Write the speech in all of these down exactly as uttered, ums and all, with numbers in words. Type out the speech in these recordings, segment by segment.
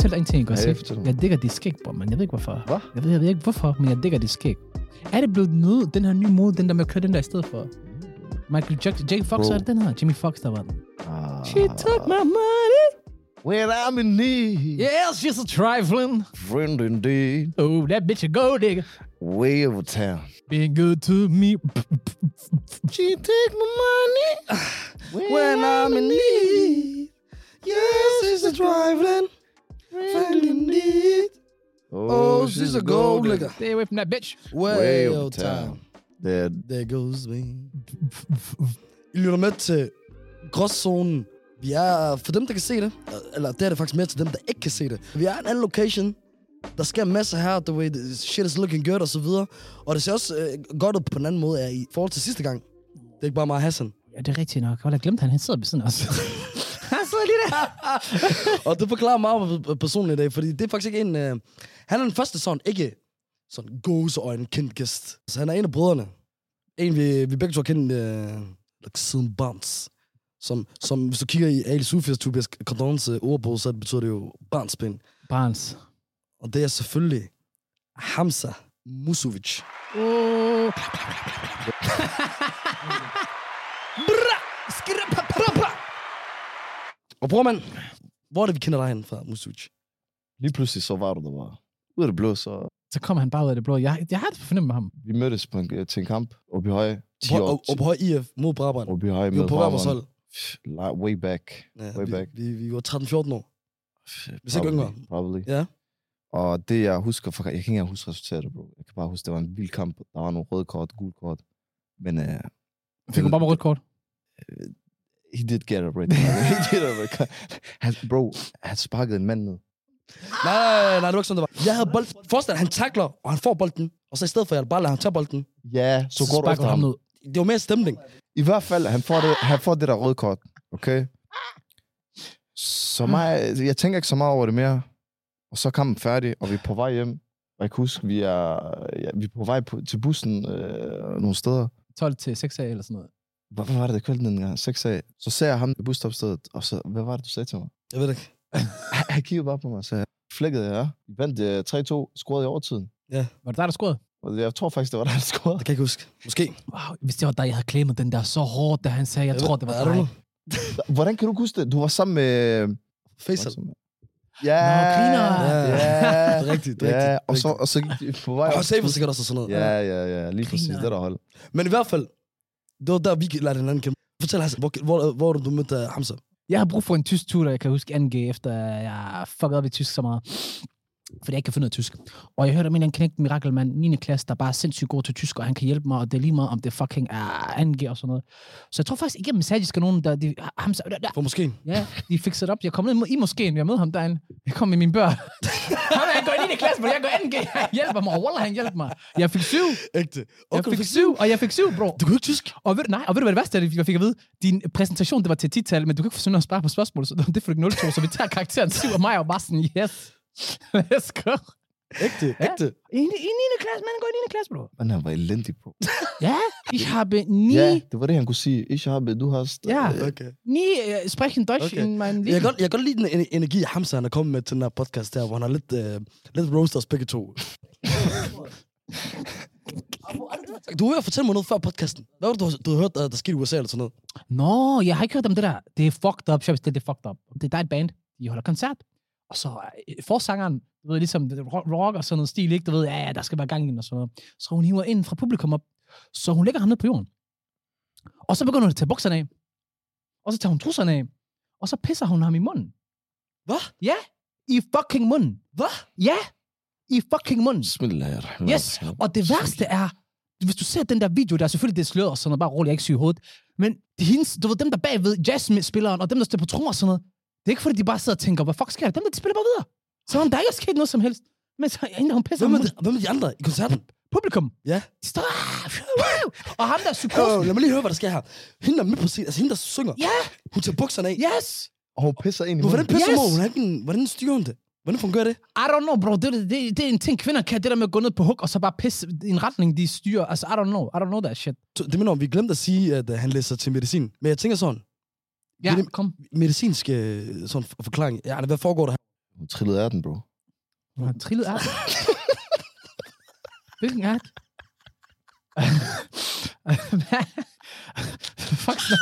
fortælle dig en ting, ikke? Ja, Jeg, jeg digger de skæg, bro, men jeg ved ikke hvorfor. Hvad? Jeg ved, jeg ved ikke hvorfor, men jeg digger de skæg. Er det blevet noget, den her nye mode, den der med at køre den der i stedet for? Michael Jackson, Jake Fox, er det den her? Jimmy Fox, der var den. Ah. She took my money. When I'm in need. Yeah, she's a trifling. Friend indeed. Oh, that bitch a gold digger. Way over town. Being good to me. She take my money. When, when I'm in need. Yes, she's a trifling. Friend indeed. Oh, she's a gold digger. Stay away from that bitch. Way, Way over over town. town. There. There goes me. I lytter med til Gråzonen. Vi er, for dem, der kan se det, eller det er det faktisk mere til dem, der ikke kan se det. Vi er en anden location. Der sker en masse her, the way the shit is looking good, og så videre. Og det ser også øh, godt ud på en anden måde, er i forhold til sidste gang. Det er ikke bare mig og Hassan. Ja, det er rigtigt nok. Jeg har glemt, han, han sidder ved siden af os. Han sidder lige der. Og det forklarer meget om personen i dag, fordi det er faktisk ikke en... Øh, han er den første sådan, ikke sådan gåseøjne kendt gæst. Så han er en af brødrene. En, vi, vi begge to har kendt øh, siden barns. Som, som, hvis du kigger i Ali Sufias Tobias Cordons øh, ordbog, så betyder det jo barnsben. Barnes. Og det er selvfølgelig Hamza Musovic. Oh. Og bror mand, hvor er det, vi kender dig hen fra, Musovic? Lige pludselig så var du der bare. Ud af det blå, så... Så kom han bare ud af det blå. Jeg, jeg har det fornemt med ham. Vi mødtes på en, til en kamp oppe i Høje. Og, og, og på høj I F mod Brabrand. Oppe i Høje Vi med var på hver vores hold. Brabrand. Way back. Ja, Way vi, back. vi, vi var tretten fjorten år. Hvis ikke Probably, yngre. Probably. Ja. Og det, jeg husker... For, jeg kan ikke engang huske resultatet, bro. Jeg kan bare huske, det var en vild kamp. Der var nogle røde kort, gul kort. Men... Uh, Fik du bare med rødt kort? Uh, he did get a red card. He did a red card. Han, bro, han sparkede en mand ned. Nej, nej, nej, det var ikke sådan, det var. Jeg havde bold. Forestil dig, han takler, og han får bolden. Og så i stedet for, at jeg bare lader ham tage bolden. Ja, så, så går du efter ham. Ned. Det var mere stemning. I hvert fald, han får det, han får det der røde kort. Okay? Så meget, jeg tænker ikke så meget over det mere. Og så er kampen færdig, og vi er på vej hjem. Og jeg kan huske, vi er, ja, vi er på vej på, til bussen øh, nogle steder. tolv til seks A eller sådan noget. Hvad, hvad var det, der kaldte den gang? seks A. Så ser jeg ham i busstopstedet, og så, hvad var det, du sagde til mig? Jeg ved det ikke. Han, han kiggede bare på mig og sagde, flækkede jeg. Vi vandt uh, tre to, scorede i overtiden. Ja. Var det dig, der scorede? Og jeg tror faktisk, det var dig, der scorede. Det kan jeg ikke huske. Måske. Wow, hvis det var dig, jeg havde klemmet den der så hårdt, da han sagde, jeg, jeg tror, ved, det var dig. Hvordan kan du huske det? Du var sammen med... Faisal. Ja, Nå, cleaner. ja, ja, det er rigtigt, det er ja, rigtigt. og så, og så gik de på vej. Og Safer sikkert også sådan noget. Ja, ja, ja, lige præcis, det der hold. Men i hvert fald, det var der, vi lærte hinanden kende. Fortæl, Hassan, hvor, hvor, hvor du mødte Hamza? Jeg har brug for en tysk tutor, jeg kan huske anden G, efter jeg fuckede op i tysk så meget. Fordi jeg ikke kan finde noget tysk. Og jeg hørte om en knægt mirakelmand, niende klasse, der bare er sindssygt god til tysk, og han kan hjælpe mig, og det er lige meget, om det fucking er anden G og sådan noget. Så jeg tror faktisk ikke, at Massagisk er nogen, der... De, ham, der, der. For måske. Ja, de fik det op. Jeg kom ned i moskeen, jeg mødte ham derinde. Jeg kom med min bør. Han går i niende klasse, men jeg går anden G. Han hjælper mig, og Wallah, han hjælper mig. Jeg fik syv. Ægte. Jeg fik syv, og jeg fik syv, bro. Du kunne ikke tysk? Og ved du, nej, og ved du, hvad det værste er, jeg fik at vide? Din præsentation, det var til ti-tal, men du kan ikke få sådan noget at spare på spørgsmål, så det får du nul to, så vi tager karakteren syv af mig, og bare sådan, yes. Let's go. Ægte, ægte. Ja. I, I niende klasse, man går i niende klasse, bro. Men han var elendig, bro. Ja, ich habe nie... Ja, det var det, han kunne sige. Ich habe, du hast... Ja, Okay. nie uh, sprechen Deutsch Okay. in mein Leben. Jeg kan, godt, jeg kan godt lide den energi, Hamza han er kommet med til den her podcast her, hvor han har lidt, uh, lidt roasters begge to. Du har fortælle mig noget før podcasten. Hvad var det, du, har- du har hørt, der, der skete i U S A eller sådan noget? Nå, jeg har ikke hørt om det der. Det er fucked up, Shabs, det er fucked up. Det der er et band, de holder koncert. Og så øh, forsangeren, du ved, ligesom det rock rock og sådan noget stil, ikke? Du ved, ja, ja, der skal være gang i den og sådan noget. Så hun hiver ind fra publikum op, så hun lægger ham ned på jorden. Og så begynder hun at tage bukserne af. Og så tager hun trusserne af. Og så pisser hun ham i munden. Hvad? Ja, i fucking munden. Hvad? Ja, i fucking munden. Bismillah. Yes, og det værste er, hvis du ser den der video, der er selvfølgelig det er sløret og sådan noget, bare roligt, jeg er ikke syg i hovedet. Men det er hendes, du ved, dem der bagved, jazzspilleren og dem, der står på trommer og sådan noget, det er ikke fordi, de bare sidder og tænker, hvad fuck sker der? Dem der, de spiller bare videre. Så om der ikke er sket noget som helst. Men så hende, hun pisser Hvem er, ham i de, hvem er de andre i koncerten? publikum. Ja. De står, ah, og ham der er psykosen. Oh, lad mig lige høre, hvad der sker her. Hende der er med på scenen, altså hende der synger. Ja, Hun tager bukserne af. yes. Og hun pisser ind i Men hvordan munden. pisser Yes. yes. hun? Hvordan, den- hvordan styrer hun det? Hvordan fungerer det? I don't know, bro. Det, det, det, det er en ting, kvinder kan. Det der med at gå ned på hug, og så bare pisse i en retning, de styrer. Altså, I don't know. I don't know that shit. Så det minder om, vi glemte at sige, at uh, han læser til medicin. Men jeg tænker sådan, Ja, Det er- kom. medicinsk uh, sådan for- forklaring. Ja, hvad foregår der her? Hun trillede af den, bro. Hun har trillet af den. Hvilken art? Hvad? Fuck snak.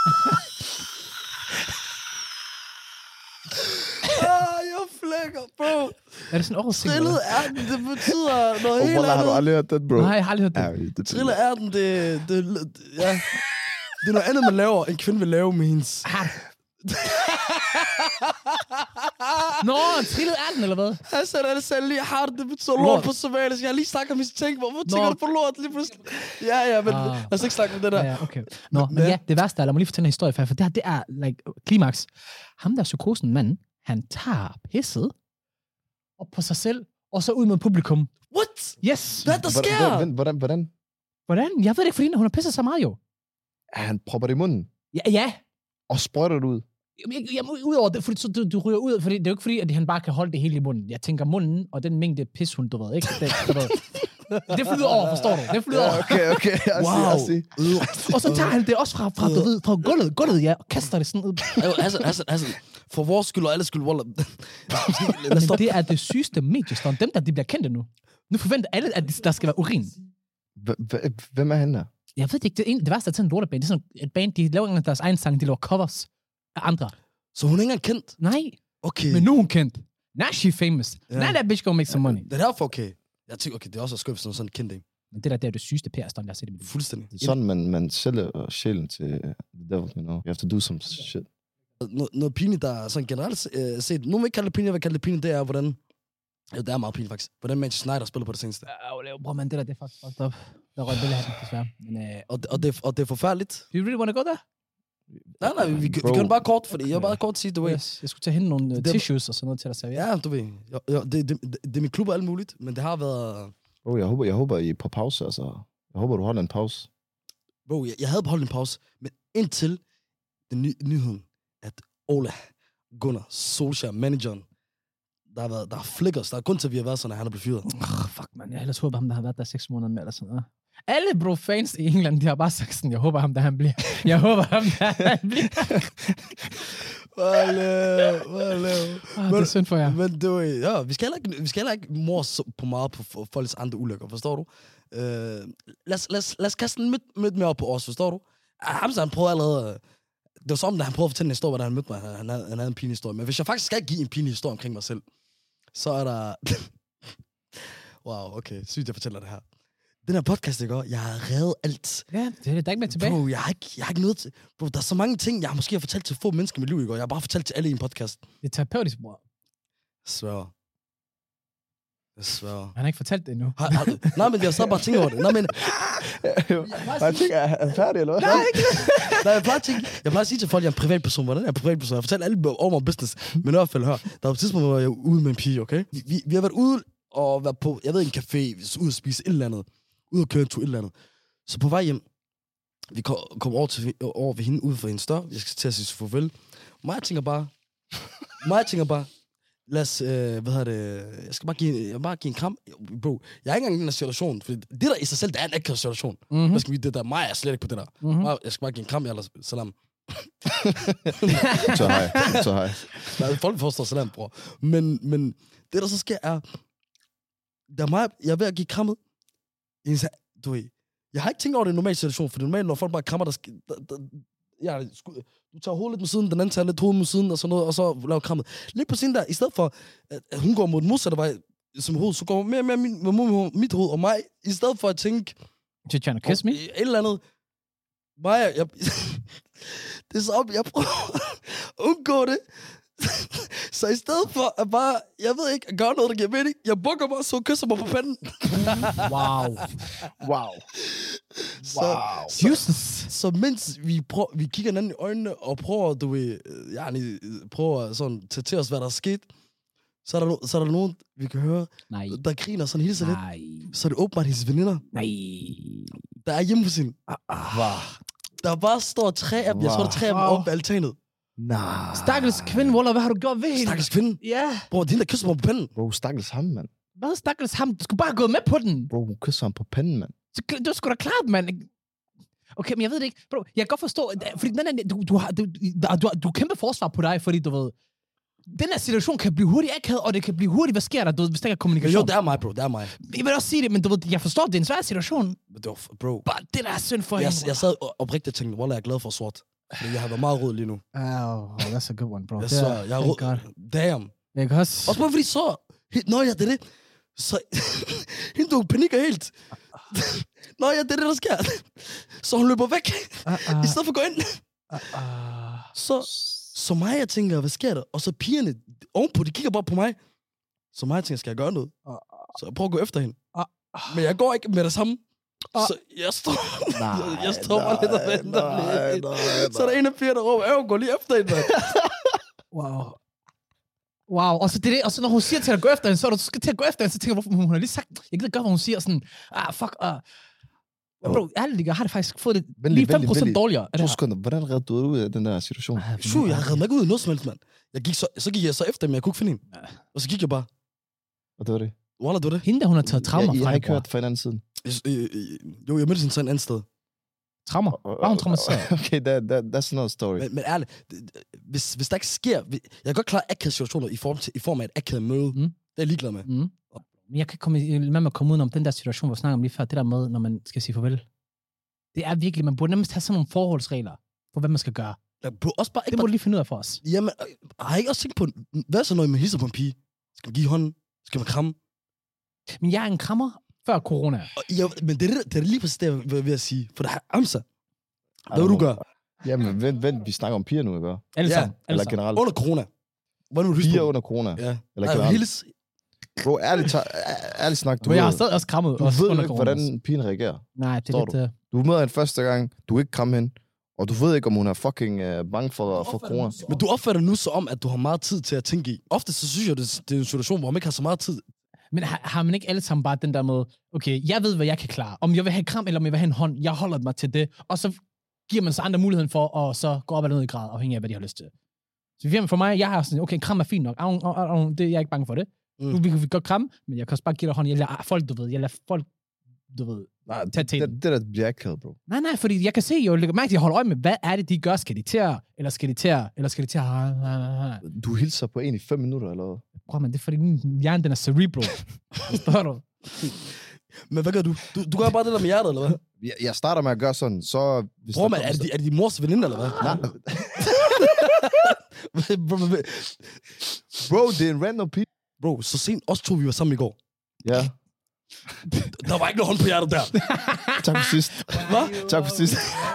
Ah, jeg flækker, bro. Er det sådan en oversigt? Trillet ærten, det betyder noget Og helt hvordan har du andet. aldrig hørt den, bro? Nej, jeg har aldrig hørt det. Ja, det Trillet ærten, det, det, det, ja. Det er noget andet, man laver, en kvinde vil lave med hendes. Nå, trillet af den, eller hvad? Han sagde det selv lige hardt, det betyder lort, Lort. på somalisk. Jeg har lige snakket om mine ting, hvorfor Nå. tænker du på lort lige pludselig? Ja, ja, men Ah. lad os ikke snakke om det der. Ja, ja, okay. Nå, men ja, det værste er, lad mig lige fortælle en historie, for det her, det er, like, klimaks. Ham der psykosen mand, han tager pisset op på sig selv, og så ud med publikum. What? Yes! Hvad der sker? Hvordan, hvordan, hvordan? Hvordan? Jeg ved det ikke, fordi hun har pisset så meget jo. Ja, han propper det i munden. Ja, ja. Og sprøjter det ud. Jeg, jeg, ud over det, fordi så du, du ryger ud, fordi det er jo ikke fordi, at han bare kan holde det hele i munden. Jeg tænker munden, og den mængde pis, hun, du ved, ikke? Det, du ved. Det flyder over, forstår du? Det flyder over. Ja, okay, okay. Jeg Wow. siger, jeg siger. Og så tager han det også fra, fra, du ved, fra gulvet, gulvet, ja, og kaster det sådan ud. Altså, altså, altså, for vores skyld og alles skyld, Wallah. Lad Men os stoppe. det er det sygeste mediestunt. Dem der, de bliver kendte nu. Nu forventer alle, at der skal være urin. Hv- hv- Hvem er han der? Jeg ved det ikke, det, er en, det værste er sådan en lorteband. Det er sådan et band, de laver ikke engang deres egen sang, de laver covers af andre. Så hun er ikke engang kendt? Nej, Okay. men nu er hun kendt. Now she famous. Ja. Now that bitch gonna make some money. Det er derfor okay. Jeg tænker, okay, det er også skønt, sådan sådan kendt, ikke? Men det der, det er jo det sygeste P R-stunt, jeg har set i mit liv. Fuldstændig. Det er sådan, man, man sælger sjælen til the devil, you know. You have to do some shit. Noget, noget pinligt, der er sådan generelt øh, set. Nu vil jeg ikke kalde det pinligt, jeg vil kalde det pinligt, det er, hvordan... Ja, det er meget pinligt, faktisk. Hvordan Manchester United spiller på det seneste. Uh, bror, man, det der, det er faktisk fucked up. Der røg billede af den, desværre. Men, uh, Og, og, det, og det er forfærdeligt. do you really want to go there? Nej, nej, vi, vi, vi Bro. kan bare kort, fordi jeg vil bare kort sige, du ved. Yes. Jeg skulle tage hen nogle uh, Det- tissues og sådan noget til dig selv. Ja. Ja, du ved. Jo, jo, det, det, det, det er min klub og alt muligt, men det har været... Bro, jeg håber, jeg håber, I er på pause, altså. Jeg håber, du holder en pause. Bro, jeg, jeg havde holdt en pause, men indtil den ny, nyheden, at Ole Gunnar Solskjaer, manageren, der har været, der har flikkers, der er grund til, at vi har været sådan, at han er blevet fyret. Oh, fuck, man. Jeg ellers håber ham, der har været der seks måneder med, eller sådan noget. Alle bro fans i England, de har bare sagt sådan, jeg håber ham, der han bliver. Jeg håber ham, der han bliver. Hvad lav, hvad lav. Oh, det er synd for jer. Men du ved, ja, vi skal heller ikke, vi skal heller ikke mor så på meget på for- folks andre ulykker, forstår du? Uh, lad, os, lad, os, lad os kaste den midt, midt mere op på os, forstår du? Ah, Hamza, han prøvede allerede... Det var som, da han prøvede at fortælle en historie, hvordan han mødte mig. Han, han, havde, han havde en pinlig historie. Men hvis jeg faktisk skal give en pinlig historie omkring mig selv, så er der... wow, okay. Sygt, jeg fortæller det her. Den her podcast, ikke? Jeg har reddet alt. Ja, det er der ikke med tilbage. Bro, jeg har ikke, jeg har ikke noget til... Bro, der er så mange ting, jeg måske har fortalt til få mennesker i mit liv, ikke? Jeg har bare fortalt til alle i en podcast. Det er terapeutisk, bror. Jeg sværger. Jeg sværger. Han har ikke fortalt det endnu. Har, har, nej, men jeg sad bare og tænker over det. Nej, men... Jeg tænker, er han færdig, eller hvad? Nej, ikke Nej, jeg plejer at tænke, jeg plejer at sige til folk, at jeg er en privatperson. Hvordan er jeg en privatperson? Jeg fortæller alle om business. Men i hvert fald, hør. Der var et tidspunkt, hvor jeg var ude med en pige, okay? Vi, vi, vi har været ude og været på, jeg ved, en café, ude og spise et eller andet. Ude og køre en tur et eller andet. Så på vej hjem, vi kom, kom over, til, over ved hende, ude for hendes dør. Jeg skal til at sige farvel. Mig tænker bare, mig tænker bare, lad os, øh, hvad hedder det, jeg skal bare give, jeg vil bare give en kram. Bro, jeg er ikke engang i den her situation, for det der i sig selv, det er en ægte situation. Mm-hmm. Hvad skal vi, det der, mig er slet ikke på det der. Mm-hmm. Mig, jeg skal bare give en kram, jeg salam. Så hej, så hej. Nej, folk forstår salam, bror. Men, men det, der så sker, er, der er mig, jeg er ved at give krammet. En, du ved, jeg har ikke tænkt over det i en normal situation, for det er normalt, når folk bare krammer, der, sk- der, der ja, sku- du tager hovedet lidt med siden, den anden tager lidt hovedet med siden, og sådan noget, og så laver krammet. Lidt på siden der, i stedet for, at at hun går mod den modsatte vej, som hoved, så går mere og mere min, med mit hoved og mig, i stedet for at tænke, You're trying to kiss me? et eller andet, mig, jeg, det er så op, jeg prøver at undgå det. Så i stedet for at bare, jeg ved ikke, at gøre noget, der giver mening, jeg bukker mig, så hun kysser mig på panden. Wow. Wow. Så, Wow. så, Jesus. så mens vi, prøver, vi kigger hinanden i øjnene og prøver, du ved, øh, yani, prøver sådan tage til os, hvad der er sket, så er der, no, så er der nogen, vi kan høre, Nej. der griner sådan hele tiden lidt. Nej. Så er det åbenbart hendes veninder, Nej. der er hjemme hos hende. Wow. Der bare står tre af dem, jeg tror, der er tre af dem Wow. oppe ved altanet. Nej. Stakkels kvinde, Waller, hvad har du gjort ved hende? Stakkels kvinde. Ja. Bror, det er hende, der kysser mig på panden. Bro, stakkels ham, mand. Hvad stakkels ham? Du skulle bare have gået med på den. Bro, hun kysser ham på panden, mand. Så, du skulle da klart, mand. Okay, men jeg ved det ikke. Bro, jeg kan godt forstå, at- fordi den er, du, du, har, du, du, du, du har kæmpe forsvar på dig, fordi du ved, den her situation kan blive hurtigt akavet, og det kan blive hurtigt, hvad sker der, du ved, hvis der ikke er kommunikation? Jo, det er mig, bro, det er mig. Jeg vil også sige det, men du ved, jeg forstår, det er en svær situation. Men det var, bro, Bare det der er synd for jeg, hende. jeg sad og- oprigtigt og tænkte, Wallah, jeg er glad for sort. Fordi jeg har været meget rød lige nu. Oh, that's a good one, bro. Jeg Det så, er- jeg er thank rød. God. Damn. Jeg kan også... Også bare fordi så... Nå ja, det er det. Så... hende, du panikker helt. Nå ja, det er det, der sker. Så hun løber væk. Uh, uh, I stedet for at gå ind. uh, uh. Så... Så mig, jeg tænker, hvad sker der? Og så pigerne ovenpå, de kigger bare på mig. Så mig, jeg tænker, skal jeg gøre noget? Så jeg prøver at gå efter hende. Men jeg går ikke med det samme. Så jeg står... Nej, jeg står bare lidt og venter nej, lidt. nej, nej. Så er der en af pigerne, der råber, jeg går lige efter hende, mand. Wow. Wow, og så, det er det, og så når hun siger til dig at gå efter hende, så er du så skal til at gå efter hende, så tænker jeg, hvorfor hun har lige sagt, jeg gider godt, hvad hun siger, sådan, ah, fuck, ah. Uh. Bro, ærligt, jeg har det faktisk fået det lige fem procent dårligere. To sekunder, hvordan redde du ud af den der situation? Sju, jeg havde mig ikke ud i noget som helst, mand. Jeg gik så, så gik jeg så efter, men jeg kunne ikke finde hende. Og så gik jeg bare. Og det var det. Wallah, det var det. Hende, der hun har taget traumer jeg, fra jeg har dig, ikke bror. hørt fra en anden side. Øh, øh, øh, jo, jeg mødte hende sådan et andet sted. Traumer? Var hun traumatiseret? Okay, that, that, that's another story. Men, men ærligt, det- det- hvis, hvis der ikke sker... Jeg kan godt klare akavede situationer i form, til, i form af et akavet møde. Mm. Det er jeg ligeglad med. Mm. Men jeg kan komme i- med at komme ud om den der situation, hvor vi snakker om lige før, det der med, når man skal sige farvel. Det er virkelig, man burde nemmest have sådan nogle forholdsregler for, hvad man skal gøre. Jeg burde også bare Det ikke må bare... du lige finde ud af for os. Jamen, øh, har jeg ikke også tænkt på... Hvad så, når man hisser på en pige? Skal man give hånden? Skal man kramme? Men jeg er en krammer før corona. Og jeg, men det er, det, det er lige præcis det, jeg vil, vil jeg sige. For det er Amsa. Hvad vil du gøre? Jamen, vent, vent, vi snakker om piger nu, ikke? Alle Ja, sammen. Alle Eller sammen. generelt. Under corona. Hvordan vil du huske Piger på det? under corona. Ja. Eller Nej, generelt. Hilles, Bro, ærligt, ta- ærligt snak, du Men jeg har ved, stadig også krammet du også ved under ikke, corona. hvordan pigen reagerer. Nej, det er Forstår lidt... Du møder hende første gang, du vil ikke kramme hende, og du ved ikke, om hun er fucking uh, bange for, for corona. Men du opfatter nu så om, at du har meget tid til at tænke i. Ofte så synes jeg, det, det er en situation, hvor man ikke har så meget tid. Men har, har man ikke alle sammen bare den der med, okay, jeg ved, hvad jeg kan klare. Om jeg vil have en kram, eller om jeg vil have en hånd, jeg holder mig til det. Og så giver man så andre muligheden for at så gå op eller ned i grad, afhængig af, hvad de har lyst til. Så for mig, jeg har sådan, okay, en kram er fint nok. Au, au, au, det, jeg er ikke bange for det. Mm. Mm. Vi kan godt kramme, men jeg kan også bare give dig hånd. Jeg lader folk, du ved, jeg lader folk, du ved, Nej, tage til det, den. det der bliver akavet, bro. Nej, nej, fordi jeg kan se jo, lægger mærke til, at jeg holder øje med, hvad er det, de gør? Skal de til at, eller skal de til at, eller skal de til at... Du hilser på en i fem minutter, eller hvad? Prøv, men det er fordi, min hjerne, den er cerebral. Forstår du? Men hvad gør du? Du, du gør bare det der med hjertet, eller hvad? Jeg, jeg starter med at gøre sådan, så... Hvis Bror, der man, er det, de- er det din mors veninde, eller hvad? Nej. bro, bro, Bro, det er en random pige. bro, så sent os to, vi var sammen i går. Ja, Der var ikke noget hånd på hjertet der. tak for sidst. Hvad? Tak for sidst.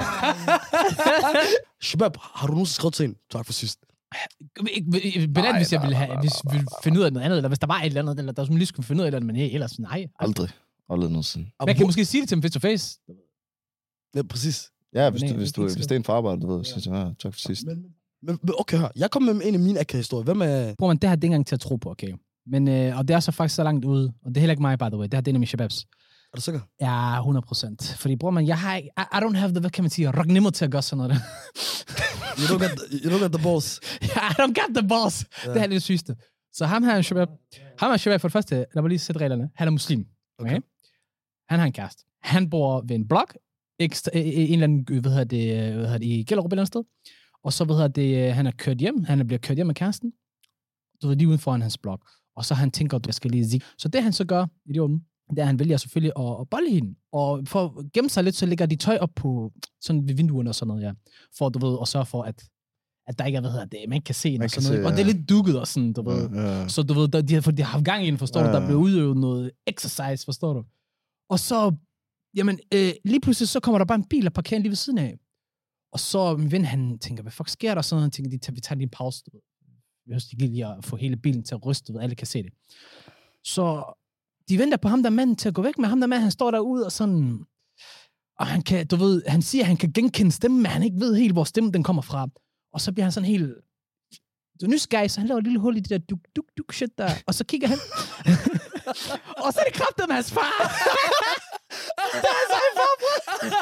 Shabab, har du nogensinde skrevet til en? Tak for sidst. Benat, hvis jeg ville have, hvis vi ville finde ud af noget andet, eller hvis der var et eller andet, eller der som lige skulle finde ud af et eller andet, men nej, ellers nej. Aldrig. Aldrig nogensinde. Men jeg kan måske sige det til dem face to face. Ja, præcis. Ja, hvis, Nej, du, hvis, ikke du, så. hvis det er en farbar, du ved, så siger jeg, ja, tak for sidst. Men, men, men okay, hør. Jeg kom med en af mine akahistorier. Hvem er... Bror, man, det har det ikke engang til at tro på, okay? Men, øh, og det er så faktisk så langt ude, og det er heller ikke mig, by the way. Det har det en af mine shababs. Er du sikker? Ja, hundrede procent. Fordi, bror, man, jeg har ikke, I, I don't have the, hvad kan man sige, rognimmer til at gøre sådan noget der. You don't get, you don't get the balls. I don't got the boss. Ja. Det er det sygeste. Så ham her er en shabab. Ham er en shabab for det første, lad mig lige sætte reglerne. Han er muslim. Okay? Okay. Han har en kæreste. Han bor ved en blok, ekstra, en eller anden, hvad hedder det, hvad hedder det, i Gellerup et eller andet sted. Og så, hvad hedder det, han er kørt hjem. Han er blevet kørt hjem med kæresten. Du ved, lige uden foran hans blok. Og så han tænker, at jeg skal lige sige. Så det han så gør, idioten, det er, at han vælger selvfølgelig at, at bolle hende. Og for at gemme sig lidt, så lægger de tøj op på, sådan ved vinduerne og sådan noget, ja. For, du ved, at sørge for, at, at der ikke er, hvad hedder det, man ikke kan se hende Man og kan sådan noget. se, Og det er ja. lidt dukket og sådan, du ved. Ja. Så du ved, der, de, har, for de har haft gang i den, forstår Ja, du? Der ja. blev udøvet noget exercise, forstår du? Og så, jamen, øh, lige pludselig, så kommer der bare en bil og parkerer lige ved siden af. Og så min ven, han tænker, hvad fuck sker der? Så han tænker, de tager, vi tager lige en pause, du ved. Vi har også lige at få hele bilen til at ryste, du ved, alle kan se det. Så de venter på ham der manden til at gå væk, med ham der mand, han står derude og sådan, og han kan, du ved, han siger, at han kan genkende stemmen, men han ikke ved helt, hvor stemmen den kommer fra. Og så bliver han sådan helt, du er nysgerrig, så han laver et lille hul i det der duk, duk, duk shit der, og så kigger han, og så er det kraftet med hans far. Det er så en farbror.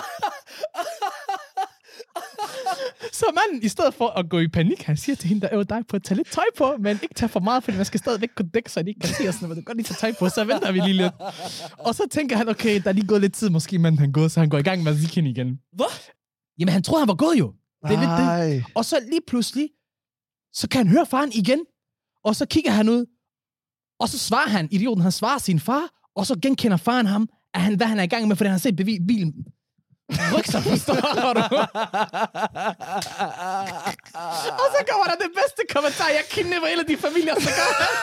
Så manden, i stedet for at gå i panik, han siger til hende, der er jo dig på at tage lidt tøj på, men ikke tage for meget, fordi man skal stadigvæk kunne dække, så de ikke kan se os, men du kan godt lige tage tøj på, så venter vi lige lidt. Og så tænker han, okay, der er lige gået lidt tid, måske manden han går, så han går i gang med at sige hende igen. Hvad? Jamen, han troede, han var gået jo. Det er lidt det. Ej. Og så lige pludselig, så kan han høre faren igen. og så kigger han ud, og så svarer han, idioten, han svarer sin far, og så genkender faren ham, at han, hvad han er i gang med, fordi han har set bevis, bilen rykke sig, forstår du? Og så kommer der det bedste kommentar, jeg kidnapper en af de familier, så gør han.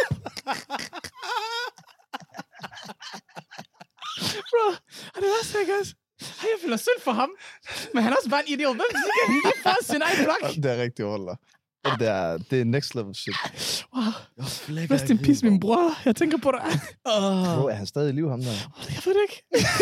Bro, og det var så ikke også. Ej, jeg føler synd for ham, men han er også bare en idiot. Hvem siger, han lige får sin egen blok? Det er rigtig holder. Det er, det er next level shit. Wow. Rest in peace, min bror. Jeg tænker på dig. Oh. Bro, er han stadig i liv, ham der? Jeg ved det ikke.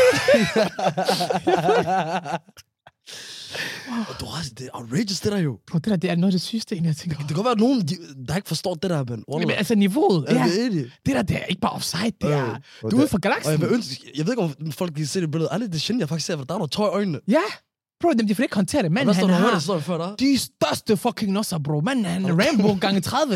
Wow. Du har, det er outrageous, det der jo. Bro, det der, det er noget af det sygeste, jeg tænker. Det kan godt være, at nogen, der ikke forstår det der, men... Men altså niveauet, ja. ja. Det, det der, det er ikke bare offside, det er... Uh, du er ude for galaksen. Og jeg, vil ønske, jeg ved ikke, om folk kan se det billede. Aldrig det sjældent, jeg faktisk ser, for der er noget tøj i øjnene. Ja. Bro, dem, de får ikke håndtere det. Manden, han har... har det, står før der? de største fucking nosser, bro. Manden, han er Rambo gange tredive.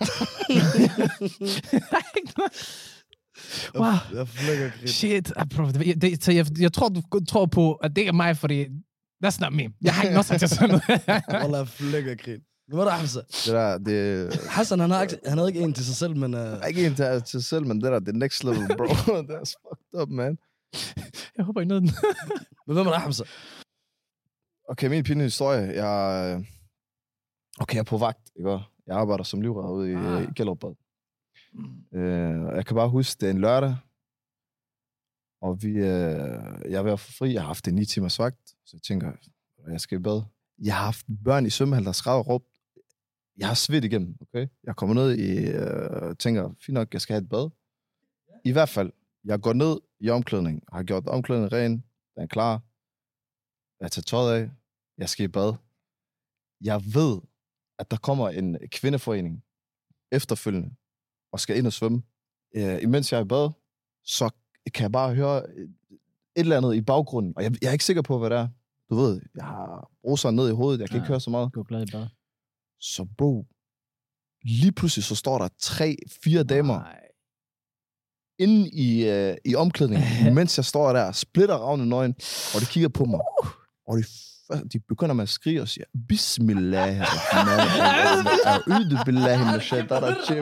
Wow. Jeg flækker grin. Shit, bro. Det, det, så jeg, jeg tror, du tror på, at det er mig, fordi... That's not me. Jeg har ikke nosser til sådan noget. Wallah, jeg flækker grin. Hvad er det, Hamza? Det der, det... Hassan, han har, ikke, han havde ikke en til sig selv, men... Uh... Ikke en til, til sig selv, men det der, det er next level, bro. Det er fucked up, man. Jeg håber ikke noget den. Men hvem er det, Hamza? Okay, min pinlige historie. Jeg... Okay, jeg er på vagt, ikke? Jeg arbejder som livredder ude i, ah. i Gellerup-bad. Mm. Uh, jeg kan bare huske, det er en lørdag, og vi, uh, jeg er ved at få fri. Jeg har haft en ni timers vagt, så jeg tænker, jeg skal i bad. Jeg har haft børn i svømmehal, der skrev og råbt. Jeg har svedt igennem, okay? Jeg kommer ned i, uh, tænker, fint nok, jeg skal have et bad. I hvert fald, jeg går ned i omklædning, har gjort omklædningen ren, den er klar. Jeg tager tøjet af, jeg skal i bad. Jeg ved, at der kommer en kvindeforening efterfølgende, og skal ind og svømme. Uh, imens jeg er i bad, så kan jeg bare høre et eller andet i baggrunden, og jeg, jeg er ikke sikker på, hvad det er. Du ved, jeg har bruseren ned i hovedet, jeg kan ja, ikke høre så meget. Du er glad i bad. Så bro, lige pludselig så står der tre, fire damer Nej. inde i, øh, i omklædningen, mens jeg står der, splitter ravne nøgen, og de kigger på mig. Og de, de begynder med at skrige og siger, Bismillah, a'udhu billahi min shaitan rajim.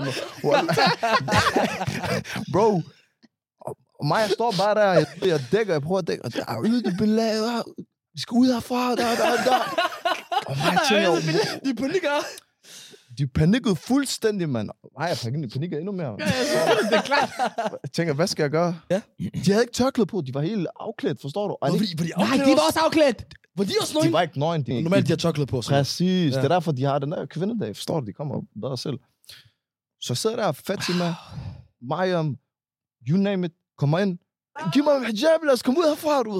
Bro, og mig, jeg står bare der, jeg, jeg dækker, jeg prøver at dække, og det er a'udhu billahi, vi skal ud herfra, der, der, der. Og mig tænker, de panikker. De panikkede fuldstændig, mand. Nej, jeg panikker endnu mere. Ja, ja, det er klart. Jeg tænker, hvad skal jeg gøre? Ja. De havde ikke tørklæde på, de var helt afklædt, forstår du? Var de, var de Nej, de var også afklædt. Var de også nøgen? De var ikke nøgen. De, Normalt, de har tørklæde på. Præcis, ja. Det er derfor, de har den der kvindedag, forstår du? De kommer bedre selv. Så jeg sidder der, Fatima, Mariam, you name it, kommer ind. Giv mig en hijab, lad os komme ud herfra, du ved.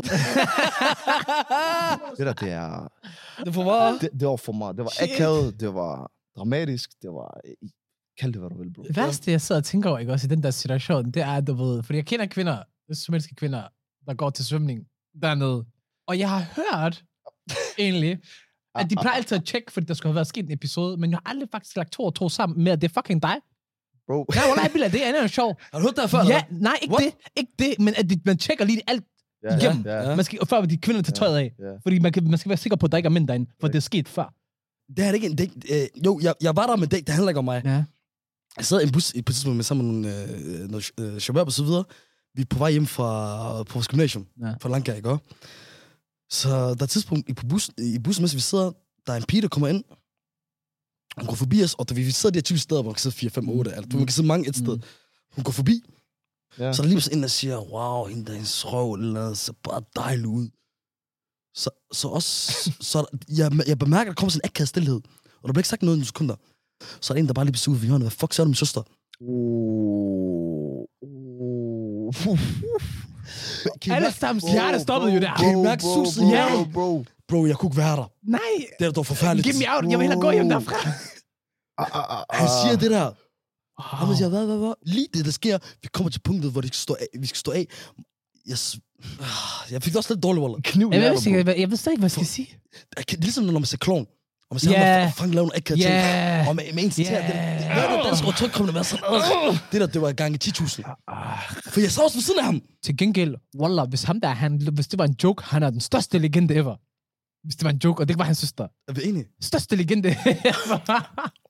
Det der, det er... Det, for meget. det, det var for meget. Det var akavet, det var dramatisk, det var... Kald det, hvad du vil, bro. Det værste, jeg sidder og tænker over, ikke også, i den der situation, det er, du ved... Fordi jeg kender kvinder, svømmelske kvinder, der går til svømning dernede. Og jeg har hørt, egentlig, at de plejer altid at tjekke, fordi der skulle have været sket en episode, men jeg har aldrig faktisk lagt to og to sammen med, at det er fucking dig. Bro. Nej, nej, Billa, det er en sjov. Har du hørt det før? Ja, nej, ikke What? det. Ikke det, men at de, man tjekker lige alt ja, igennem. Ja, ja. Man skal, før de kvinder tager tøjet af. Ja, ja. Fordi man, kan, man skal være sikker på, at der ikke er mænd derinde, for det er sket før. Det er det ikke en dæk. Øh, jo, jeg, jeg var der med dæk, det handler ikke om mig. Ja. Jeg sad i en bus på tidspunkt med sammen med øh, noget øh, shabab og så videre. Vi er på vej hjem fra på vores gymnasium, ja. Fra Lanka, ikke også? Så der er et tidspunkt i, på bus, i bussen, mens vi sidder, der er en pige, der kommer ind. Hun går forbi os, og vi sidder de her typiske steder, hvor man kan sidde fire, fem, otte, eller man kan sidde mange et sted. Mm. Hun går forbi, ja. Så er der lige så ind og siger, wow, hende der er en srøv, eller ser bare dejlig ud. Så, så også, så jeg, jeg bemærker, at der kommer sådan en akavet stillhed, og der bliver ikke sagt noget i nogle sekunder. Så er der en, der bare lige bliver ude ved hjørnet. Hvad fuck, så er det min søster? Oh. Oh. Alle sammen hjerte stoppede jo der. Kan I mærke suset? Ja. Bro, bro, jeg kunne ikke være der. Nej. Det er da forfærdeligt. Give me out. Jeg vil hellere gå hjem derfra. Han siger det der. Han siger, hvad, hvad, hvad? Lige det, der sker. Vi kommer til punktet, hvor det skal stå af. Vi skal stå af. Jeg, jeg fik det også lidt dårligt, Waller. Kniv jeg, ved, jeg, jeg, jeg ved slet ikke, hvad jeg skal sige. Det er ligesom, når man ser klovn. Og man ser yeah. ham, der fange laver nogle ægge yeah. ting. Og med, med ens yeah. tæer, det, det, det, det danske udtryk kommer det være sådan, øh. Det der, det var gang i ti tusind. For jeg sad også ved siden af ham. Til gengæld, Wallah, hvis ham der, han, hvis det var en joke, han er den største legende ever. Hvis det var en joke, og det var hans søster. Er vi enige? Største legende ever.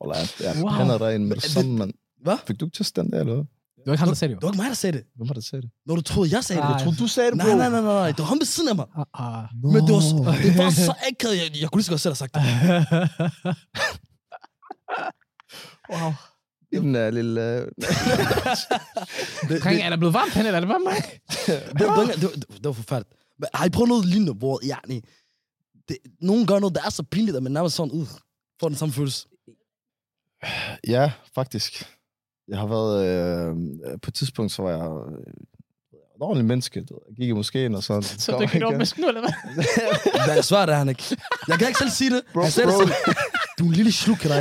Wallah, jeg Wow. kender dig en med det samme, mand. Hvad? Fik du ikke test den der, eller hvad? Det var ikke ham, der sagde det jo. Det var ikke mig, der sagde det. Hvem var det, der sagde det? Når du troede, jeg sagde det. Ah, Jeg Jeg troede, du sagde det, bro. Nej, nej, nej, nej, nej. Det var ham ved siden af mig. Ah, ah. Men det var, det var så akavet. Jeg, jeg kunne lige så godt selv have sagt det. Wow. Den er lille... øh, det, Dreng, er der blevet varmt, han, eller er det bare mig? det, var, det, var, det, var, det var forfærdeligt. Men har I prøvet noget lignende, hvor ja, nej, det, nogen gør noget, der er så pinligt, at man nærmest sådan, ud får den samme følelse? Ja, faktisk. Jeg har været... Øh, på et tidspunkt, så var jeg... Øh, et ordentligt menneske. Du ved. Jeg gik i moskeen og sådan. Så det gik op med sknu, eller hvad? Hvad svært er han ikke? Jeg kan ikke selv sige det. Bro, Han sagde det bro. selv. Du er en lille sluk af dig.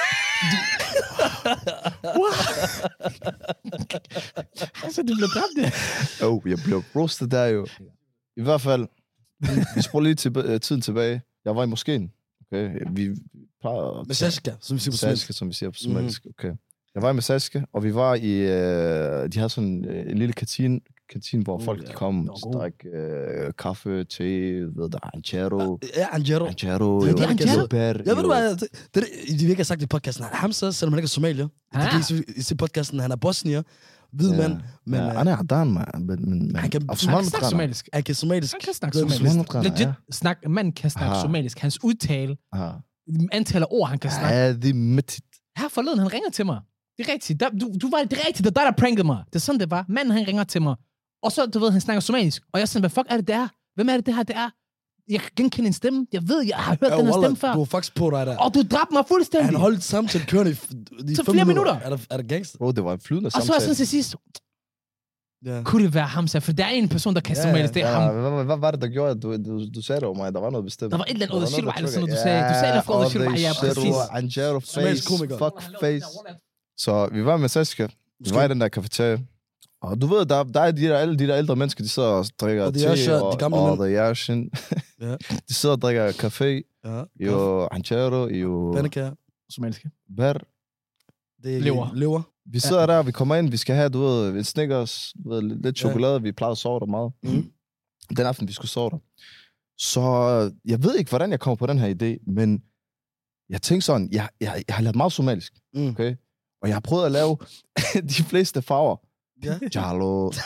Altså, du blev dræbt, ja. Oh, jeg blev roasted der jo. I hvert fald, vi spoler lige til, uh, tiden tilbage. Jeg var i moskeen. Okay, vi plejer at... Med Sashka, som vi siger på svensk. Saske, som vi siger på somalisk. Okay. Jeg var med Saske, og vi var i... Uh, de havde sådan uh, en lille kantine, kantine hvor Uh, folk ja. de kom Nå, og drak uh, kaffe, te, ved der, anchero. Ja, Angelo. Anchero, Ja, det er jo, Anchero. super, Jeg ved du jo. hvad, det, det, det, de virkelig har sagt i podcasten. Hamza, selvom han ikke er somalier. Ah. Det kan I se i podcasten, han er bosnier. Hvid mand. Men ja, øh, han er Adan, man. Men, men, Han kan- og Han kan snakke somalisk. somalisk. han kan somalisk. Han kan snakke Hvem er somalisk. somalisk? Legit Ja. snak, manden kan snakke Aha. somalisk. Hans udtale, Ja. antal af ord, han kan snakke. Ja, det er midt. Her forleden, han ringer til mig. Det er rigtigt. Der, du, du var det er rigtigt. Det er dig, der prankede mig. Det er sådan, det var. Manden, han ringer til mig. Og så, du ved, han snakker somalisk. Og jeg siger, hvad fuck er det, det er? Hvem er det, det her, det er? Jeg kan genkende en stemme. Jeg ved, jeg har hørt Ja, den her Wallah, stemme før. du var faktisk på dig der. Og du dræbte mig fuldstændig. Han holdt samtalen kørende i, i Så fem flere minutter. Er der, er der gangster? Bro, det var en flydende og så er jeg samtale. sådan til sidst, Ja. kunne det være ham, så? For der er en person, der kan Ja, somalisk. Det er Ja, ham. hvad, hvad, hvad var det, der gjorde, at du, du, du sagde det over mig? Der var noget bestemt. Der var et eller andet ud af Der var Shilwa, noget, eller der sådan noget, du trykkede. sagde. Du sagde et eller andet ud af Shilwa. Ja, Shilwa, præcis. Anjero, Somalisk face, komiker. fuck face. Så vi var med Saskia. Vi var i den der cafeteria. Og du ved, der, der er de der, alle de der ældre mennesker, de sidder og drikker Og de te, Yasha, de og, gamle og mænd. the Yashin. Ja. De sidder og drikker kaffe, Ja. jo Anjero, jo Pandekær. Somalisk. Ber. Det er Lever. Lever. Vi sidder der, vi kommer ind, vi skal have, du ved, en Snickers, du ved, lidt chokolade, vi plejede at sove der meget. Mhm. Den aften, vi skulle sove der. Så jeg ved ikke, hvordan jeg kommer på den her idé, men jeg tænkte sådan, jeg, jeg, jeg har lært meget somalisk, Mm. okay? Og jeg har prøvet at lave de fleste farver. Ja. Giallo. Uh,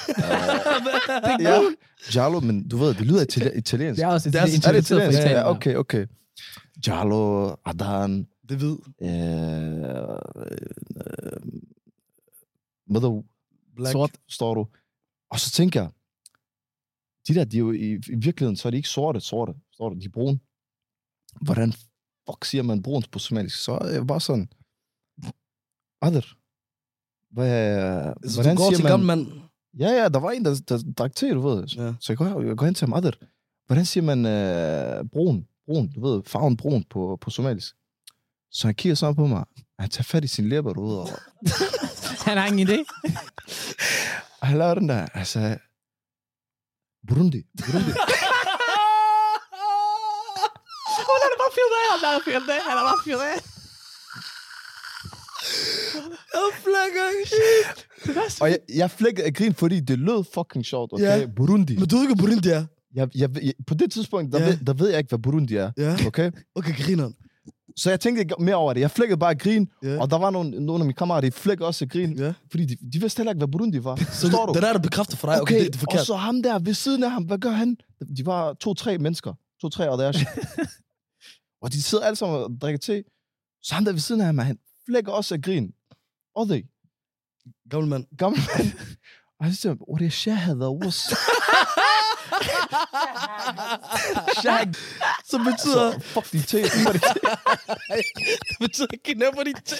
ja, Giallo, men du ved, det lyder itali- italiensk. Det er også Det er også- Er det introduceret fra italiensk? Italien. Ja, okay, okay. Giallo, Adan, Det ved. øh, øh, med the Black. Sort. står du. Og så tænker jeg, de der, de er jo i, i virkeligheden, så er de ikke sorte, sorte, står du, de er brune. Hvordan fuck siger man brun på somalisk? Så er jeg bare sådan, Adder. Hvad, Så du går til gammel mand. Ja, ja, der var en, der, der drak te, du ved. Ja. Så jeg går, jeg går hen til ham, Adder. Hvordan siger man øh, brun? Brun, du ved, farven brun på, på somalisk. Så han kigger sådan på mig. Han tager fat i sin læber, du ved, og Han har ingen idé. og han laver den der, altså, Burundi, Burundi. Åh, han er bare fyret af. Han er fyret af. Han er bare fyret af. Jeg flækker shit. Det værste. Og jeg, jeg flækkede af grin, fordi det lød fucking sjovt, okay? Ja. Burundi. Men du ved ikke, hvor Burundi er? Jeg, jeg, jeg, på det tidspunkt, der, Ja. ved, der ved jeg ikke, hvad Burundi er, Ja. okay? Okay, griner. Så jeg tænkte ikke mere over det. Jeg flækkede bare af grin, Ja. og der var nogle, nogle af mine kammerater, de flækkede også af grin, Ja. fordi de, de vidste heller ikke, hvad Burundi var. Så Forstår du? det der, der bekræfter for dig, okay, Okay, det, det er forkert. og så ham der ved siden af ham, hvad gør han? De var to-tre mennesker. To-tre og deres. Og de sidder alle sammen og drikker te. Så ham der ved siden af ham, han flækker også af grin. Og det, Gammel mand. gammel mand. Og han siger, hvor det er shahada, what's shag? Så betyder... Så, fuck de te. Fuck de te. Det betyder knæpper de te.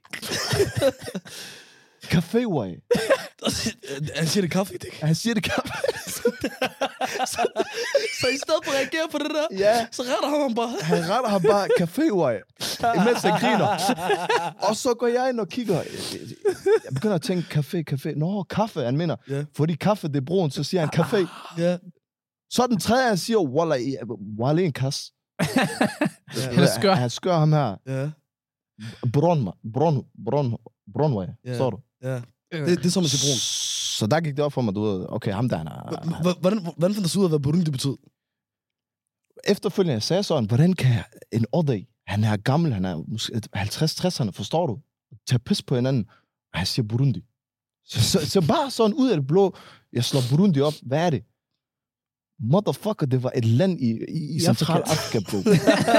Café way. Han siger det kaffe, ikke? Han siger det kaffe. Så, så i stedet for at reagere på det der, Ja. så retter han ham bare. Han retter ham bare café way, imens han griner. Og så går jeg ind og kigger. Jeg begynder at tænke, café, café. Nå, kaffe, han mener. Ja. Fordi kaffe, det er brun, så siger han café. Ja. Så den tredje, han siger, Wallah, Wallah en kas. Han er skør. Han skør ham her. Ja. Bron, bron, bron, bronway, Ja. står du? Ja. Det, det er som man siger brun. Så der gik det op for mig, du ved, okay, ham der, han er... H- h- Hvordan, hvordan fandt du så ud af, hvad Burundi betød? Efterfølgende sagde jeg sådan, hvordan kan en odde Han er gammel, han er måske halvtreds tresserne, forstår du? Tag pis på hinanden. Og han siger Burundi. Så, så, så bare sådan ud af det blå, jeg slår Burundi op. Hvad er det? Motherfucker, det var et land i, i, i Central-Afrika, bro. Og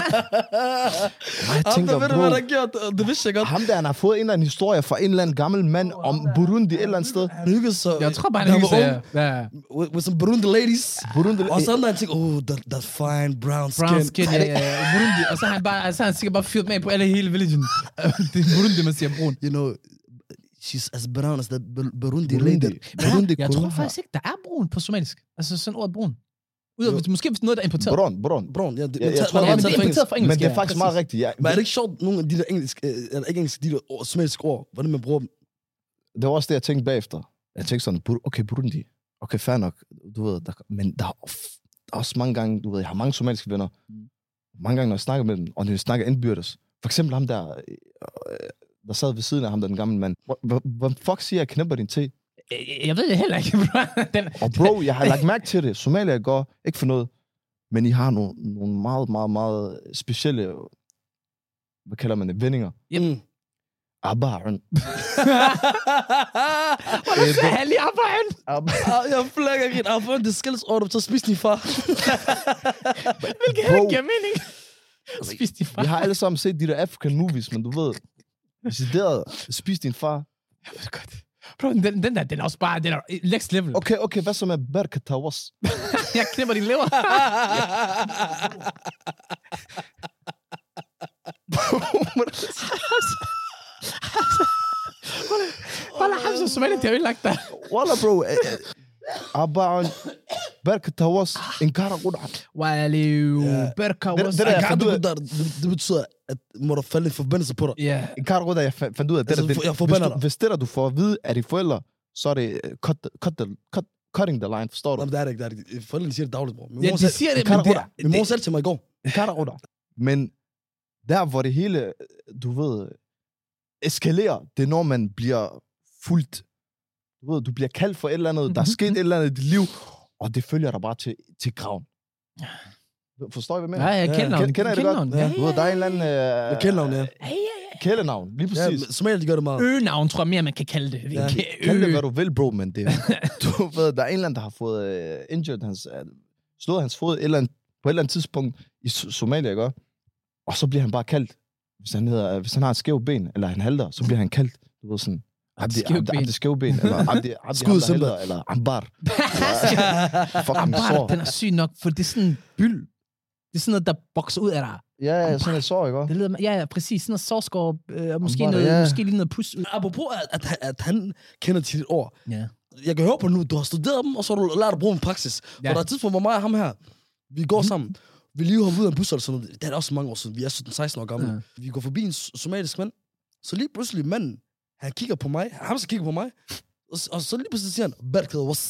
jeg tænker, ved du, bro, hvad der gjorde? Det vidste jeg godt. ham der, han har fået en eller anden historie fra en eller anden gammel mand om Burundi et eller andet sted. Han hyggede sig. Jeg tror bare, han hygger sig. Ja. With, with some Burundi ladies. Burundi, Og så når han tænker, oh, that, that fine brown skin. Brown skin, ja, ja, ja. Burundi. Og så har han bare, så har han sikkert bare fyret med på alle hele villagen. Det er Burundi, man siger brun. You know, she's as brown as the Burundi, Burundi. lady. Burundi, Jeg tror Kulaha. faktisk ikke, der er brun på somalisk. Altså sådan ordet brun. Ud, måske hvis noget, der er importeret. Bron, bron. Brown, ja. Det, Jeg- jeg men, tror, men, Ja, det men det er importeret fra engelsk. Men det er ja, faktisk præcis. meget rigtigt. Ja. men er det ikke sjovt, nogle af de der engelske, øh, eller ikke engelske, de der ord, somaliske ord, hvordan man bruger dem? Det var også det, jeg tænkte bagefter. Jeg tænkte sådan, Bur- okay, Burundi. Okay, fair nok. Du ved, der, men der er, of- der er også mange gange, du ved, jeg har mange somaliske venner. Mange gange, når jeg snakker med dem, og når jeg snakker indbyrdes. For eksempel ham der, øh, der sad ved siden af ham, der den gamle mand. Hvad fuck siger jeg, knæpper din te? Jeg- Jeg ved det heller ikke, bro. Den, Og bro, jeg har lagt mærke til det. Somalia går ikke for noget. Men I har nogle, nogle meget, meget, meget specielle, hvad kalder man det, vendinger. Mm. Abaren. Hvor er det særlig arbejde? Ah, jeg flækker ikke. Ah, for det skældes ord, så spis din far. Hvilket Bro. ikke giver mening. Spis din far. Vi har alle sammen set de der African movies, men du ved, decideret, spis din far. Jeg ved det godt. Bro, den, den der, den er også bare, den er next level. Okay, okay, hvad så med Berka Tawas? Jeg knipper din lever. Wallah, Hamza Somali, det har ødelagt dig. Wallah, bro. eh, eh, Abaren, Berka Tawas, en kara gudan. Waliu, Ja. Berka, Det- was... det der- Jeg jeg kan fandt ud du af- der, det, det betyder, at må der falde en forbindelse på dig. Ja. En kara gudan, jeg fa- fandt ud af, det, Altså, der, det, jeg hvis, forbander du, dig. hvis det der, du får at vide af dine forældre, så er det eh, cut, the, cut the, cut, cutting the line, forstår du? Nå, men det er det ikke, det er det ikke. Forældrene siger det dagligt, bror. Min Ja, mor de sagde, siger det, Kara men det, gudan. min mor det, sagde det til mig i går. En kara gudan. Men der, hvor det hele, du ved, eskalerer, det er, når man bliver fuldt, du ved, du bliver kaldt for et eller andet, der er sket et eller andet i dit liv, og det følger dig bare til, til graven. Forstår I, hvad jeg mener? ja, jeg kender Kender- den. kender I det godt? Ja, Du ved, der er en eller anden... Øh, Jeg kender navnet, ja. ja, ja. kælenavn, lige Ja, præcis. men Somalia, de gør det meget. Øgenavn, tror jeg mere, man kan kalde det. Ja. Kæ- Kald det, ø- hvad du vil, bro, men det du ved, der er en eller anden, der har fået uh, injured hans, uh, slået hans fod et eller andet, på et eller andet tidspunkt i S- Somalia, ikke? Og så bliver han bare kaldt, hvis han, hedder, hvis han har et skævt ben, eller han halter, så bliver han kaldt, du ved sådan, Abdi, skævt Abdi, ben. Abdi skævt ben, eller Abdi, Abdi Skud ham, der Simba. halter, eller Ambar. Fucking Ambar, sår. den er syg nok, for det er sådan en byld. Det er sådan noget, der bokser ud af dig. Ja, ja, sådan et sår, ikke? Det lyder, ja, ja, præcis. Sådan noget sårskår, øh, og måske, Ambar, noget, ja. måske lige noget pus ud. Apropos, at, at, at han kender til dit ord. Ja. Jeg kan høre på nu, du har studeret dem, og så har du lært at bruge dem i praksis. Ja. Ja. For der er et tidspunkt, hvor mig og ham her, vi går sammen. Vi lige hoppet ud af en bus eller sådan noget. Det er da også mange år siden. Vi er sytten seksten år gamle. Ja. Ja. Vi går forbi en s- somalisk mand. Så lige pludselig manden, han kigger på mig. Han så kigger på mig. Og, s- og så lige pludselig siger han, Berked was.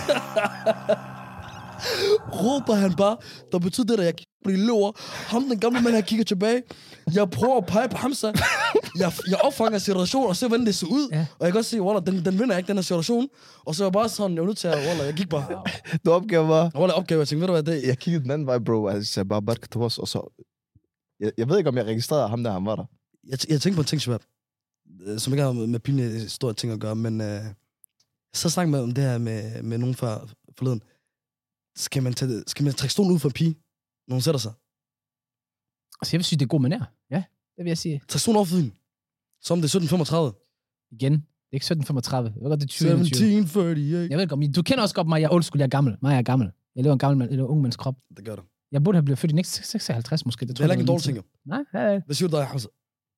Råber han bare, der betyder det, at jeg kigger på de løver. Ham, den gamle mand, han kigger tilbage. Jeg prøver at pege på Hamza. Jeg, jeg opfanger situationen og ser, hvordan det ser ud. Ja. Og jeg kan også se, Wallah, den, den vinder ikke, den her situation. Og så er jeg bare sådan, jeg var nødt til at, Wallah, jeg gik bare. Du opgav bare. Wallah, opgave, jeg tænkte, ved du hvad, det Jeg kiggede den anden vej, bro, og jeg sagde bare Berka Tawas, og så... Jeg, jeg ved ikke, om jeg registrerede ham, der han var der. jeg, jeg tænkte på en ting, Shabab, øh, som ikke har med, med pinlige store ting at gøre, men øh, så snakkede med om det her med, med nogen før forleden. Skal man, tage, skal man trække stolen ud for en pige, når hun sætter sig? Altså, jeg vil sige, det er god manér. Ja, det vil jeg sige. Træk stolen over for hende. Som det er sytten femogtredive. Igen, det er ikke sytten femogtredive. Jeg ved godt, det er tyve enogtyve. sytten fyrre-otte. Jeg ved godt, men du kender også godt mig, jeg er old school, jeg er gammel. Mig, jeg er gammel. Jeg lever en gammel mand, eller ung mands krop. Det gør det. Jeg burde have blevet født i næste seksoghalvtreds måske. Det, Det tror er heller jeg ikke en var dårlig ting, min jo. tid. Nej, ja, ja. Hvad siger du der, Hamza?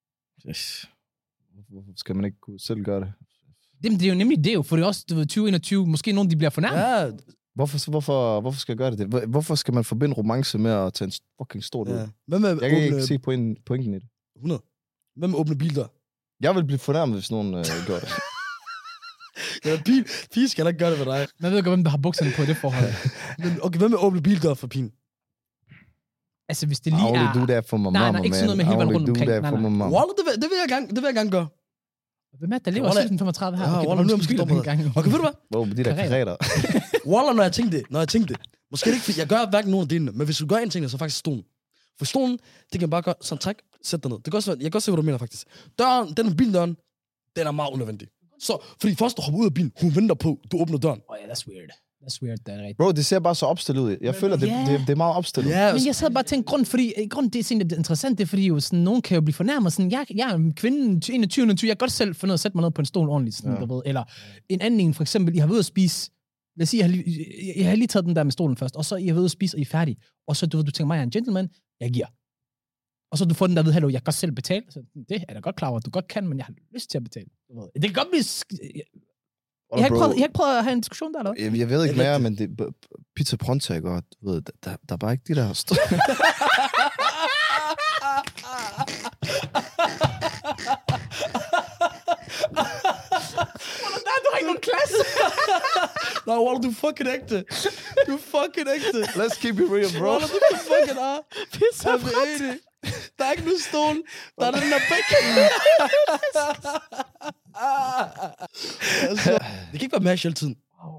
Hvorfor skal man ikke kunne selv gøre det? Jamen, det er jo nemlig det jo, for det er også du ved, tyve enogtyve. Måske nogen, de bliver fornærmet. Ja, Hvorfor, hvorfor, hvorfor skal jeg gøre det? Hvor- Hvorfor skal man forbinde romance med at tage en fucking stort ud? ja. Hvad med Jeg kan ikke åbne se pointen, pointen i det. hundrede? Hvad med åbne bildør? Jeg vil blive fornærmet, hvis nogen øh, gjorde det. Ja, pige, pige skal heller ikke gøre det ved dig. Man ved godt, hvem der har bukserne på i det forhold. Men okay, hvad med åbne bildør for pigen? Altså, hvis det I lige only er... do that for my Nej, mama, nej, ikke sådan noget man. med I hele vejen only rundt do omkring. that Nej, for nej. my mama. Wallah, det vil, det vil jeg gerne, det vil jeg gerne gøre. Hvem er det, der lever Wallah- sytten femogtredive her? Ja, Okay, Wallah, nu er jeg måske måske den gang. Okay, ved du hvad? Wow, de der Kareter. kareter. Wallah, når jeg tænkte det, når jeg tænkte det. Måske er det ikke, fordi jeg gør hverken nogen af delene, men hvis du gør en ting, så er det faktisk stolen. For stolen, det kan bare gøre sådan træk, Sæt dig ned. Det kan også være, jeg kan også se, hvad du mener, faktisk. Døren, den er bildøren, den er meget unødvendig. Så, fordi først du hopper ud af bilen, hun venter på, du åbner døren. Oh, yeah, that's weird. That's weird, det er rigtigt. Bro, det ser bare så opstillet ud. Jeg føler, det, Yeah. det, det er meget opstillet. Ja, Men jeg sad bare og tænkte, grund, fordi, grund det er sådan, det er interessant, det er fordi jo sådan, nogen kan jo blive fornærmet, sådan, jeg, jeg er en kvinde, enogtyve, enogtyve, jeg kan godt selv finde ud af at sætte mig ned på en stol ordentligt, sådan, Ja. du ved. Eller en anden en, for eksempel, I har været ude at spise, lad os sige, jeg har, lige, jeg, jeg har lige taget den der med stolen først, og så I har været ude at spise, og I er færdige, og så du, du tænker, mig, jeg er en gentleman, jeg giver. Og så du får den der ved, hallo, jeg kan godt selv betale, så det er da godt klar over, at du godt kan, men jeg har lyst til at betale. Du ved. Det kan godt blive... sk- Jeg har, ikke prøvet, jeg har ikke prøvet at have en diskussion der, eller hvad? Jeg, jeg ved ikke Det er mere, men det, pizza pronto er godt. Du ved, der, der er bare ikke de der... Du har ikke nogen klasse! Nej, Waller, du er fucking ægte. Du er fucking ægte. Let's keep it real, bro. Waller, du er fucking er. Pizza Jeg er enig. Der er ikke nogen stol. Der er den der bæk. Det kan ikke være mash hele tiden.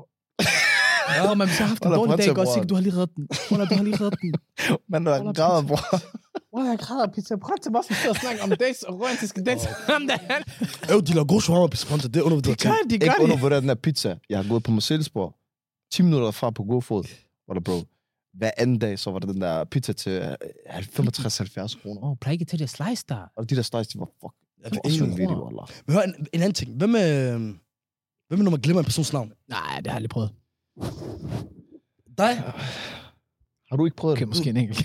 Ja, men hvis jeg har haft en Hold da, dårlig dag, pizza, godt bror. sikkert, du har lige reddet den. Hold da, du har lige reddet den. Men der er en grad, bror. Hvor jeg græder pizza. Prøv at bare at snakke om dates og romantiske dates. Om det her. Øh, de laver god shawarma pizza pronto. Det er undervurderet Det ting. gør de, Ikke gør de. undervurderet den her pizza. Jeg har gået på Marcellesborg. ti minutter fra på godfod. Hvor der, bro. Hver anden dag, så var der den der pizza til femogtres til halvfjerds kroner. Åh, plejer ikke til det slice der. Og de der slice, de var fuck. Jeg Det ved var også ingen en video, wallah. Men hør, en, en anden ting. Hvem er... Hvem er, når man glemmer en persons navn? Nej, det har jeg aldrig prøvet. Dig? Har du ikke prøvet Okay, det? måske en enkelt.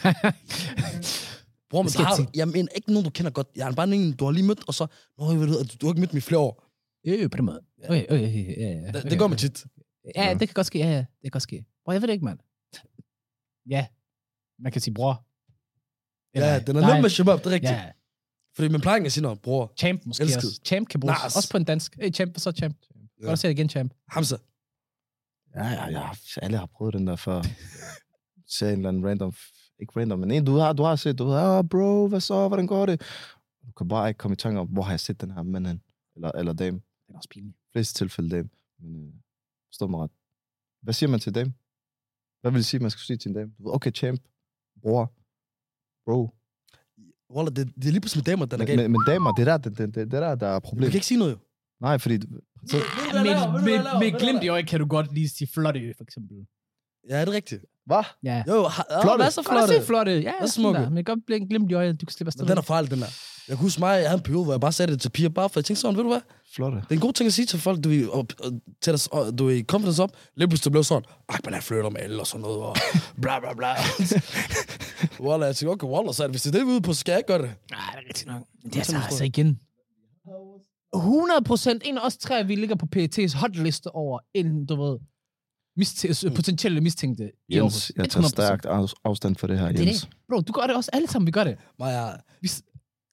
Bror, men Det skal der har, jeg du- jeg mener ikke nogen, du kender godt. Jeg er bare en, du har lige mødt, og så... Nå, jeg ved, du, du har ikke mødt mig i flere år. Øh, på den måde. Okay, okay, okay, ja, ja. Det, det går med tit. Ja, det kan godt ske. Ja, ja, det kan godt ske. Bror, jeg ved det ikke, mand. Ja, man kan sige bror. Ja, den er dig. nem med shabab, det er rigtigt. Ja, Fordi man plejer ikke at sige noget, bror. champ måske Elsket. også. Champ kan bruges. Nice. Også på en dansk. Hey, champ, så champ. Ja. Godt at se det igen, champ. Hamza. Ja, ja, ja. Alle har prøvet den der før. Se en eller anden random... Ikke random, men en, du har, du har set, du ved, ah, bro, hvad så, hvordan går det? Du kan bare ikke komme i tanke om, hvor har jeg set den her mand hen? Eller, eller dame. Det er også pinligt. I fleste tilfælde dame. Men øh, forstår mig ret. Hvad siger man til dame? Hvad vil det sige, man skal sige til en dame? Du ved, okay, champ, bror, bro. Wallah, det, det er lige pludselig med damer, den er Men, galt. men, men damer, det er der, det, det, det, det der, der er Vi problemet. kan ikke sige noget, jo. Nej, fordi... Så, Ja, med, med, med glimt i øje kan du godt lige sige flotte, for eksempel. Ja, er det rigtigt? hvad? Ja. Jo, ha, ja, Flotte. hvad er så Godt at flotte? se flotte. Ja, er sådan smukke. der. Men det kan godt blive en glimt i øje, du kan slippe afsted. Men den er farlig, den der. Jeg kan huske mig, jeg havde en periode, hvor jeg bare sagde det til piger, bare for jeg tænkte sådan, ved du hvad? Flotte. Det er en god ting at sige til folk, du er, og, og, til dig, og, du er i confidence op. Lige pludselig blev sådan, ej, men jeg flytter med alle og sådan noget, og bla bla bla. Wallah, jeg tænkte, okay, Wallah, så er det, hvis det er det, vi er ude på, så skal jeg ikke gøre det. Nej, det er rigtigt nok. Det er altså, altså igen. hundrede procent en af os tre, vi ligger på P E T's hotliste over en, du ved, mistæ- potentielle mistænkte i Aarhus. Jens, jeg tager hundrede procent. stærkt af- afstand for det her, Det er Jens. det. Bro, du gør det også. Alle sammen, vi gør det. Maja, Vi, s-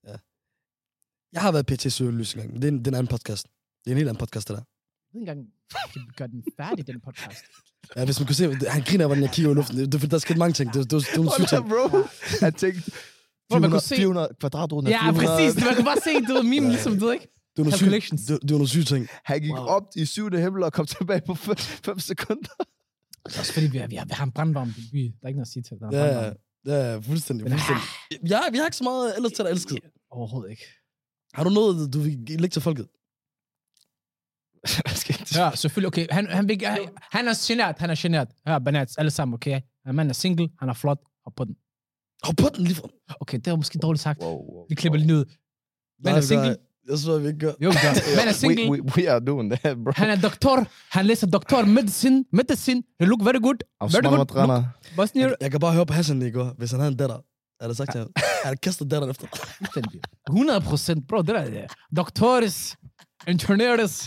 jeg har været P T søgelys engang, men det er, en, det er en anden podcast. Det er en helt anden podcast, det der. jeg ved ikke engang, vi gør den færdig, den podcast. Ja, hvis man kunne se, han griner, hvordan jeg kigger i luften. Det, det, der er sket mange ting. Det, det, det, det er nogle syge ting. bro. Jeg tænkte, Hvor man kunne fire hundrede, se... fire hundrede kvadratrunder. Ja, præcis. Man kan bare se, du ved, meme ligesom, du ved ikke? Det var nogle syge, Calculations. det, det var nogle syge ting. Han gik Wow. op i syvende himmel og kom tilbage på fem, fem sekunder. Det er også fordi, vi har, vi har, vi har en brandvarm by. Der er ikke noget at sige til. Der er en Ja, brandvarm. ja, ja, fuldstændig. Men, fuldstændig. Ja, vi har ikke så meget ellers til dig elsket. Overhovedet ikke. Har du noget, du vil lægge til folket? Ja, selvfølgelig. Okay, han, han, vil, han, han er genert. Han er genert. Ja, banats. Alle sammen, okay? Han mand er single. Han er flot. Hop på den. Hop på den lige fra. Okay, det var måske dårligt sagt. Wow, wow, Vi klipper lige ned. Man er single. Jeg tror, vi ikke gør. Jo, vi gør. Man er single. We, we, we are doing that, bro. Han er doktor. Han læser doktor medicine. Medicine. He look very good. Very good. Look. Afsmamadrena. Bosnier. Jeg, jeg kan bare høre på Hassan i går, hvis han havde en datter. Er det sagt til ham? Han kastet datteren efter. hundrede procent. Bro, det der er det. Doctores. Interners.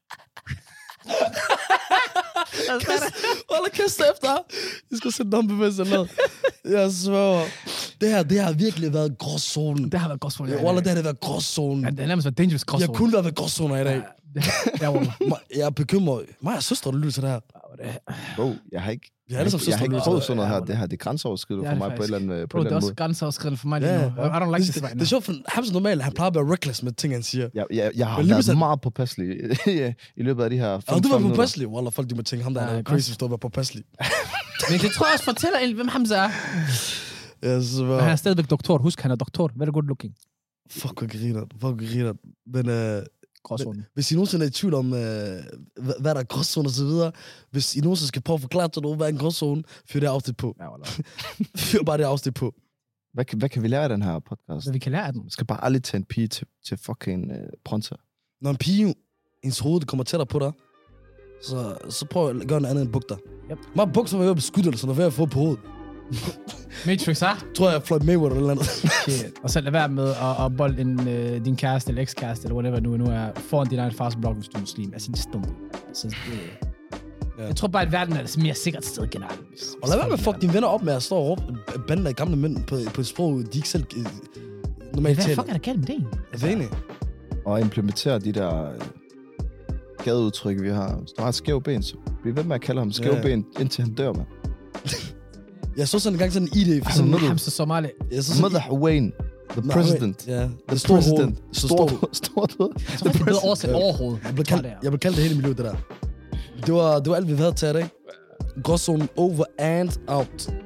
Hold kæst efter ham. Jeg skal sætte ham bevæge sig ned. Jeg sværger. Det her, det har virkelig været gråzonen. Det har været gråzonen. Ja, Wallah, det har været gråzonen. Ja, det har nærmest været dangerous Jeg gråzonen. har kun været ved gråzoner i dag. Ja, det er Wallah. Ma- Jeg er bekymret. Mig og søstre, du lytter til det her. Bro, jeg har ikke, Vi har jeg, alle har sammen ikke- jeg har søstre, ikke du prøvet lytter sådan noget Ja, her. Wallah. Det her, det er grænseoverskridende Det for er mig det på et eller andet, på Bro, en det er eller anden også måde. grænseoverskridende for mig lige Ja, nu. I don't like det, this det, right det now. er sjovt, for Hamza normalt, han plejer at være reckless med ting, han siger. Jeg, jeg, jeg har Men lige været hvis- meget påpasselig i, i løbet af de her Og du femogfyrre var minutter. påpasselig. Wallah, folk de må tænke, ham der Ja, er godt. crazy, hvis du var påpasselig. Men det tror jeg også fortæller en, hvem Hamza er. Ja, så Men han er stadigvæk doktor. Husk, han er doktor. Very good looking. Fuck, hvor griner. Fuck, hvor griner. Men, øh, Gråzone. men hvis I nogensinde er i tvivl om, øh, hvad, hvad der er gråzone og så videre, hvis I nogensinde skal prøve at forklare til nogen, hvad er en gråzone, fyr det afsnit på. Ja, eller Fyr bare det afsnit på. Hvad, kan- hvad kan vi lære af den her podcast? hvad vi kan lære af den. Man skal bare aldrig tage en pige til, til fucking uh, pronta. Når en pige, ens hoved det kommer tættere på dig, så, så prøv at gøre noget andet end buk dig. Yep. Meget buk, som er ved at beskudt, eller sådan noget, ved at få på hovedet. Matrix, ah? Tror jeg, Floyd Mayweather eller andet. Shit. Og så lad være med at, at bolde en, øh, din kæreste eller ekskæreste, eller whatever nu, nu er, foran din egen fars blog, hvis du er muslim. Altså, det er stumt. Altså, det, Ja. Jeg tror bare, at verden er et mere sikkert sted generelt. Hvis, Og lad være med at fuck dine venner op med at stå og råbe bander af gamle mænd på, på et sprog, de ikke selv øh, normalt Hvad taler. fuck er der galt med det? Er du enig? Og implementere de der øh, gadeudtryk, vi har. Hvis du har et skæv ben, så bliv ved med at kalde ham skæv Ja, ja. ben, indtil han dør, mand. Jeg så sådan en gang sådan en I D. For Altså, sådan, Mother- Hamza Somali. jeg så sådan Mother Wayne, the Nej, president. Ja, The det store hoved. president. Så Stort, stor. stort hoved. Jeg tror faktisk, det er bedre oversat overhovedet. Jeg blev kaldt, jeg blev kaldt det hele miljøet, det der. Det var, det var alt, vi havde til i dag. Gråzonen over and out.